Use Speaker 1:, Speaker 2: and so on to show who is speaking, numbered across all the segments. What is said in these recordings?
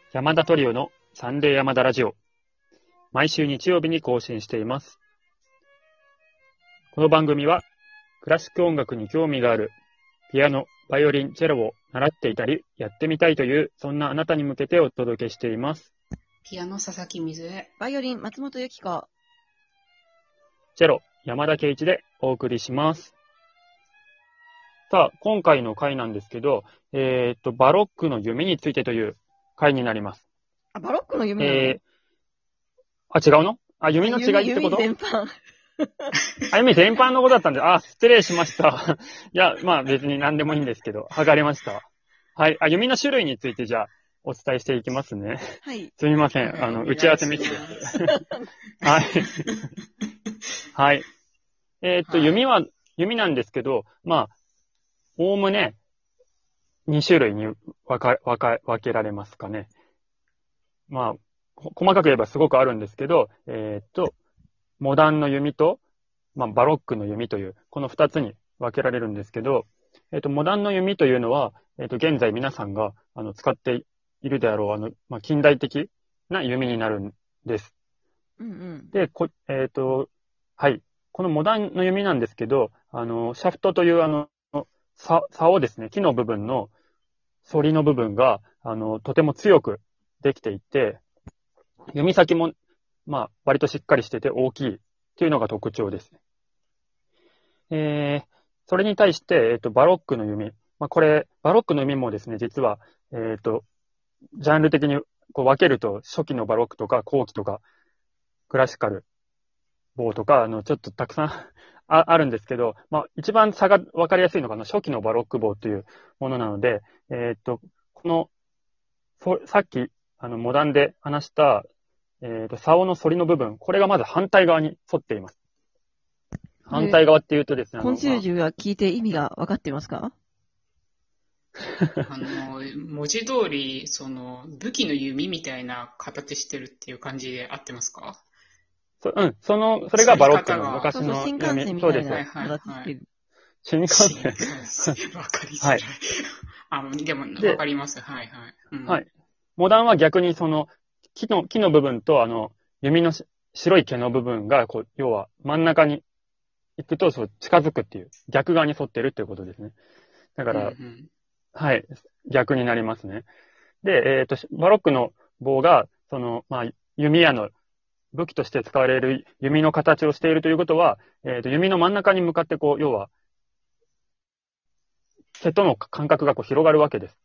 Speaker 1: 山田トリオのサンデー山田ラジオ。毎週日曜日に更新しています。この番組は、クラシック音楽に興味がある、ピアノ、バイオリン、チェロを習っていたり、やってみたいという、そんなあなたに向けてお届けしています。
Speaker 2: ピアノ、佐々木水江。
Speaker 3: バイオリン、松本由紀子。
Speaker 1: チェロ、山田圭一でお送りします。さあ、今回の回なんですけど、バロックの弓についてという回になります。
Speaker 3: あ、バロックの弓なの？
Speaker 1: 違うの？弓の違いってこと？
Speaker 3: 弓全般。
Speaker 1: 弓全般のことだったんで、失礼しました。いや、別に何でもいいんですけど、剥がれました。はい。弓の種類についてじゃあ、お伝えしていきますね。
Speaker 3: はい。
Speaker 1: すみません。打ち合わせミスです。はい。はい。弓なんですけど、おおむね、2種類に分けられますかね。細かく言えばすごくあるんですけど、モダンの弓と、バロックの弓という、この2つに分けられるんですけど、モダンの弓というのは、現在皆さんが、使っているであろう、近代的な弓になるんです。
Speaker 3: うんうん。
Speaker 1: で、はい。このモダンの弓なんですけど、シャフトという竿ですね、木の部分の反りの部分が、とても強くできていて、弓先も、割としっかりしてて大きいっていうのが特徴ですね。それに対して、バロックの弓。バロックの弓もですね、実は、ジャンル的にこう分けると、初期のバロックとか後期とか、クラシカル、棒とか、ちょっとたくさんあるんですけど、一番差が分かりやすいのが、初期のバロック棒というものなので、さっき、モダンで話した、竿の反りの部分、これがまず反対側に沿っています。反対側っていうとですね、
Speaker 3: コンシェルジュが聞いて意味が分かってますか？
Speaker 2: 文字通り、武器の弓みたいな形してるっていう感じで合ってますか？
Speaker 1: それがバロックの昔の
Speaker 3: 新幹線みたいな形してる。
Speaker 1: 新幹線。
Speaker 2: わかりづらい。でも、わかります。はいはい。
Speaker 1: はい。モダンは逆に木の部分と弓の白い毛の部分が、要は真ん中に行くと、近づくっていう、逆側に沿ってるっていうことですね。だから、はい、逆になりますね。で、バロックの棒が、弓矢の武器として使われる弓の形をしているということは、弓の真ん中に向かって要は、手との間隔が広がるわけです。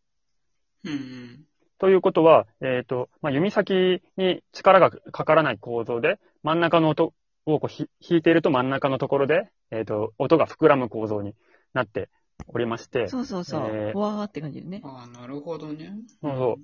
Speaker 1: ということは、弓先に力がかからない構造で、真ん中の音を弾いていると真ん中のところで、音が膨らむ構造になっておりまして。
Speaker 3: そう。ふわーって感じでね。
Speaker 2: なるほどね。
Speaker 1: そう。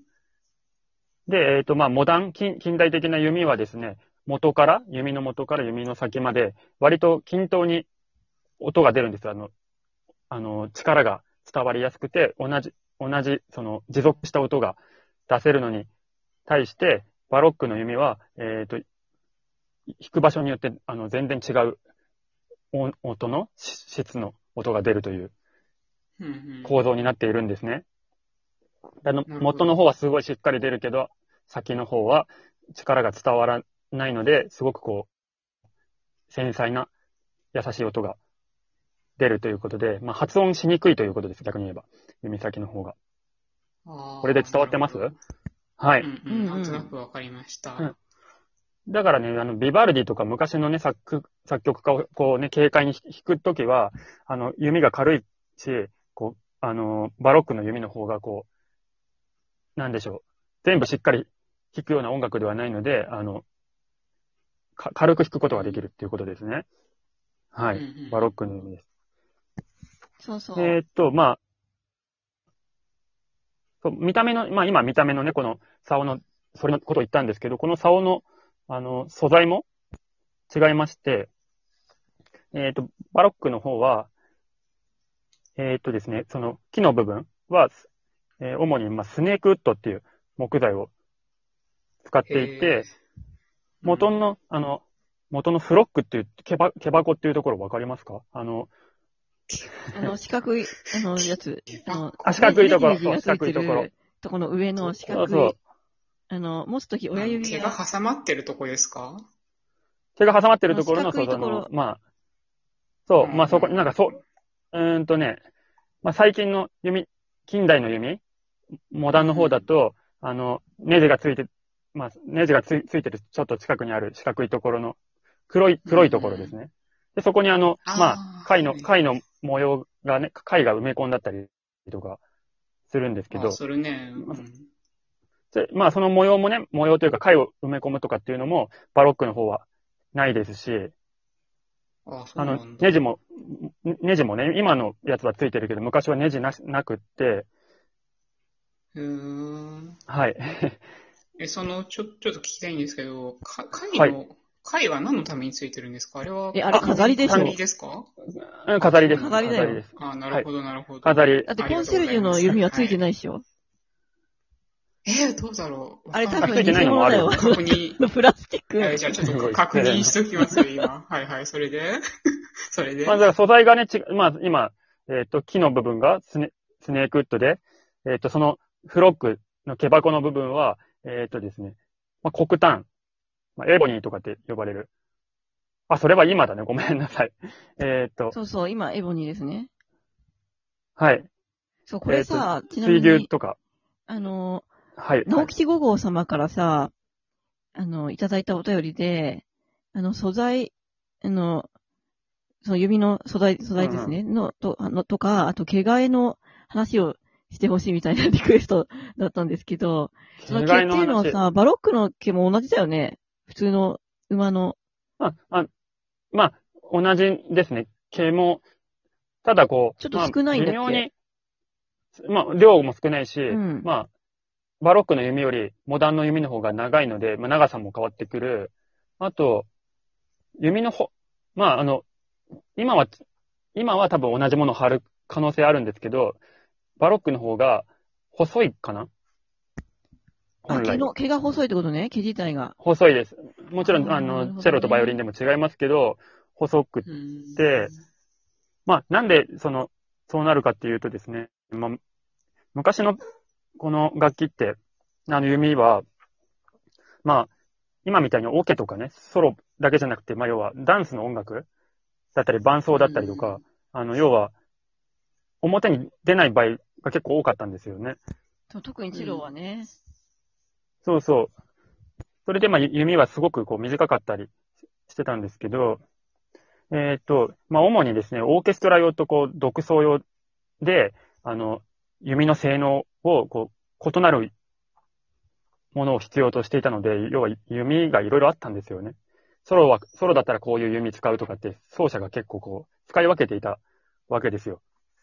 Speaker 1: で、モダン、近代的な弓はですね、弓の元から弓の先まで、割と均等に音が出るんですよ。力が伝わりやすくて、同じ、持続した音が出せるのに対して、バロックの弓は、弾く場所によって、全然違う音の質の音が出るという構造になっているんですね。元の方はすごいしっかり出るけど、先の方は力が伝わらないので、すごく繊細な優しい音が出るということで、発音しにくいということです、逆に言えば。弓先の方が。これで伝わってます？はい。
Speaker 2: なんとなくわかりました。
Speaker 1: だからね、ビバルディとか昔のね、作曲家を軽快に弾くときは、弓が軽いし、バロックの弓の方がなんでしょう。全部しっかり弾くような音楽ではないので、軽く弾くことができるっていうことですね。はい。バロックの弓です。
Speaker 3: そう。
Speaker 1: 見た目の、今見た目のね、この竿の、それのことを言ったんですけど、この竿の、素材も違いまして、バロックの方は、ですね、その木の部分は、主に、スネークウッドっていう木材を使っていて、元のフロックっていう、毛箱っていうところわかりますか？
Speaker 3: 四角い、やつ。
Speaker 1: 四角いところ。
Speaker 3: 四角いところの上の四角い持つとき親指
Speaker 2: 毛が挟まってるとこですか？
Speaker 1: 毛が挟まってるところの、
Speaker 3: 四角いところ
Speaker 1: そう、まあそこ、なんかまあ最近の近代の弓、モダンの方だと、ネジがついて、まあ、ネジがついてるちょっと近くにある四角いところの黒いところですね。で、そこにまあ、貝の模様がね、貝が埋め込んだったりとかするんですけど、
Speaker 2: それね、
Speaker 1: まあその模様というか貝を埋め込むとかっていうのもバロックの方はないですし、ネジもね、今のやつはついてるけど、昔はネジなくって、はい。
Speaker 2: ちょっと聞きたいんですけど、貝は何のためについてるんですか？あれは、
Speaker 3: あれ飾りでしょ？
Speaker 2: 飾りですか？
Speaker 1: 飾りです。
Speaker 3: 飾りだよ。
Speaker 2: なるほど、なるほど。
Speaker 1: 飾り。
Speaker 3: だってコンシェルジュの弓はついてないでしょ？
Speaker 2: どうだろう。
Speaker 3: あれ多分偽物だよ。
Speaker 2: 確認。
Speaker 3: プラスチック。
Speaker 2: じゃあちょっと確認しときますよ、今。はい、それで
Speaker 1: まあ、だから素材がね、まあ、今、木の部分がスネークウッドで、そのフロッグの毛箱の部分は、ですね、まあ、黒炭、まあ、エボニーとかって呼ばれる。それは今だね。ごめんなさい。
Speaker 3: そうそう、今、エボニーですね。
Speaker 1: はい。
Speaker 3: そう、これさ、ちなみに。
Speaker 1: 水牛とか。
Speaker 3: はい。直吉五号様からさ、いただいたお便りで、素材、その指の素材ですね、とか、あと、毛替えの話をしてほしいみたいなリクエストだったんですけど、その毛っていうのはさ、バロックの毛も同じだよね。普通の馬の。
Speaker 1: まあ、同じですね。毛も、ただこう、
Speaker 3: ちょっと少ないんだっけ？
Speaker 1: 微妙に、まあ、量も少ないし、まあ、バロックの弓よりモダンの弓の方が長いので、まあ、長さも変わってくる。あと、弓のまあ、今は多分同じものを貼る可能性あるんですけど、バロックの方が細いかな？
Speaker 3: 毛が細いってことね、毛自体が。
Speaker 1: 細いです。もちろん、チェロとバイオリンでも違いますけど、細くって、まあ、なんで、そうなるかっていうとですね、まあ、昔のこの楽器って、弓は、まあ、今みたいにオケとかね、ソロだけじゃなくて、まあ、要はダンスの音楽だったり、伴奏だったりとか、要は、表に出ない場合が結構多かったんですよね。
Speaker 3: 特にチェロはね。
Speaker 1: そうそう。それで、まあ、弓はすごくこう短かったりしてたんですけど、まあ、主にですね、オーケストラ用とこう、独奏用で、弓の性能をこう、異なるものを必要としていたので、要は弓がいろいろあったんですよね。ソロだったらこういう弓使うとかって、奏者が結構こう、使い分けていたわけですよ。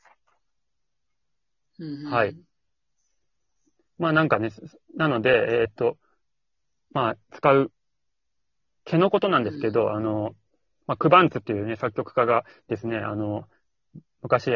Speaker 1: はい。まあなんかね、なので、まあ使う毛のことなんですけど、まあ、クバンツっていうね、作曲家がですね、昔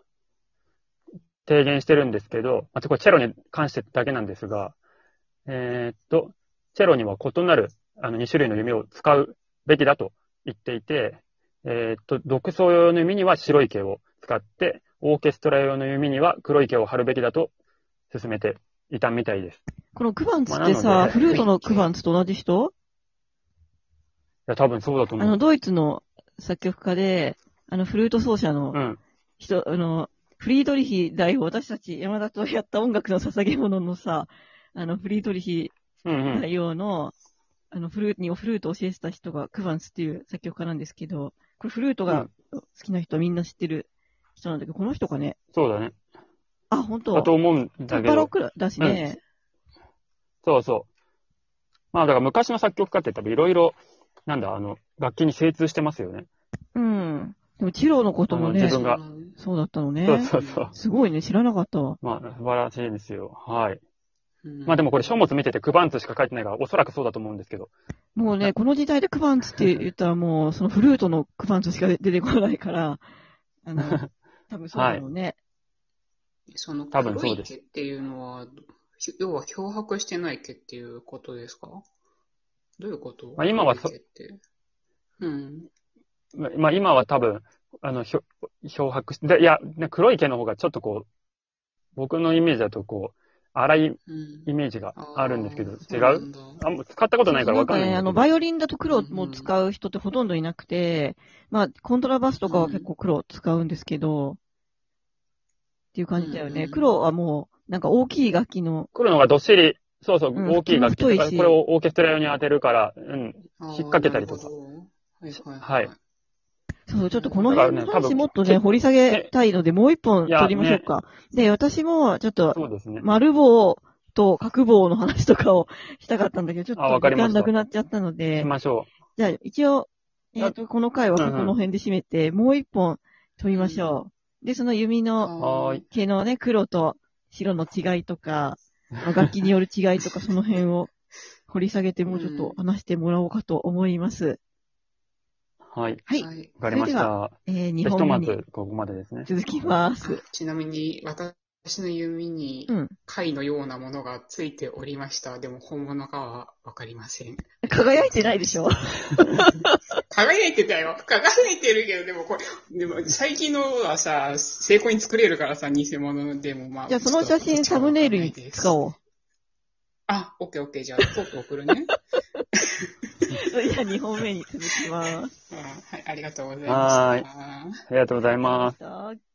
Speaker 1: 提言してるんですけど、まあ、これチェロに関してだけなんですが、チェロには異なる2種類の弓を使うべきだと言っていて、独奏用の弓には白い毛を使って、オーケストラ用の弓には黒い毛を貼るべきだと勧めていたみたいです。
Speaker 3: このクバンツってさ、フルートのクバンツと同じ人？
Speaker 1: いや、多分そうだと思う。
Speaker 3: ドイツの作曲家で、フルート奏者の人、フリードリヒ大王、私たち山田とやった音楽の捧げ物のさ、フリードリヒ大王の、フルートを教えてた人がクバンツっていう作曲家なんですけど、これフルートが好きな人はみんな知ってる人なんだけど、この人かね。
Speaker 1: そうだね。
Speaker 3: 本当。
Speaker 1: だと思うんだけど。
Speaker 3: バロックだしね。
Speaker 1: そうそう。まあだから昔の作曲家って多分いろいろ、なんだ、楽器に精通してますよね。
Speaker 3: でも、チロのこともね、
Speaker 1: 自分が。
Speaker 3: そうだったのね。
Speaker 1: そう。
Speaker 3: すごいね、知らなかったわ。
Speaker 1: まあ、素晴らしいですよ。はい。まあでもこれ書物見ててクバンツしか書いてないから、おそらくそうだと思うんですけど。
Speaker 3: もうね、この時代でクバンツって言ったらもう、そのフルートのクバンツしか出てこないから、多分そうだろうね。
Speaker 2: その黒い毛っていうのは、要は漂白してない毛っていうことですか？どういうこと？
Speaker 1: まあ今はまあ今は多分、漂白して、いや、黒い毛の方がちょっとこう、僕のイメージだとこう、 粗いイメージがあるんですけど、違う？使ったことないからわかんないんだけど。
Speaker 3: バイオリンだと黒も使う人ってほとんどいなくて、まあ、コントラバスとかは結構黒使うんですけど、っていう感じだよね。黒はもう、なんか大きい楽器の。
Speaker 1: 黒のがどっしり、そうそう、大きい楽器とか、これをオーケストラ用に当てるから、引っ掛けたりとか。はい。
Speaker 3: そう、ちょっとこの辺の話もっとね、掘り下げたいので、もう一本取りましょうか。で、私も、ちょっと、丸棒と角棒の話とかをしたかったんだけど、ちょっと時間なくなっちゃったので、
Speaker 1: しましょ
Speaker 3: う。じゃあ、一応、この回はこの辺で締めて、もう一本取りましょう。で、その弓の毛のね、黒と白の違いとか、楽器による違いとか、その辺を掘り下げて、もうちょっと話してもらおうかと思います。
Speaker 1: はい。
Speaker 3: はい。
Speaker 1: わかりました。
Speaker 3: 2本目に。
Speaker 1: ひとまず、ここまでですね。
Speaker 3: 続きます。
Speaker 2: ちなみに、私の弓に貝のようなものがついておりました。でも、本物かはわかりません。
Speaker 3: 輝いてないでしょ
Speaker 2: 輝いてたよ。輝いてるけど、でも最近のはさ、成功に作れるからさ、偽物でもまあ。
Speaker 3: じゃあ、その写真サムネイルに使おう。
Speaker 2: あ、オッケー。じゃあ、撮って送るね。
Speaker 3: それじゃあ2本目に続きます。
Speaker 2: はい、ありがとうございました。
Speaker 1: ありがとうございます。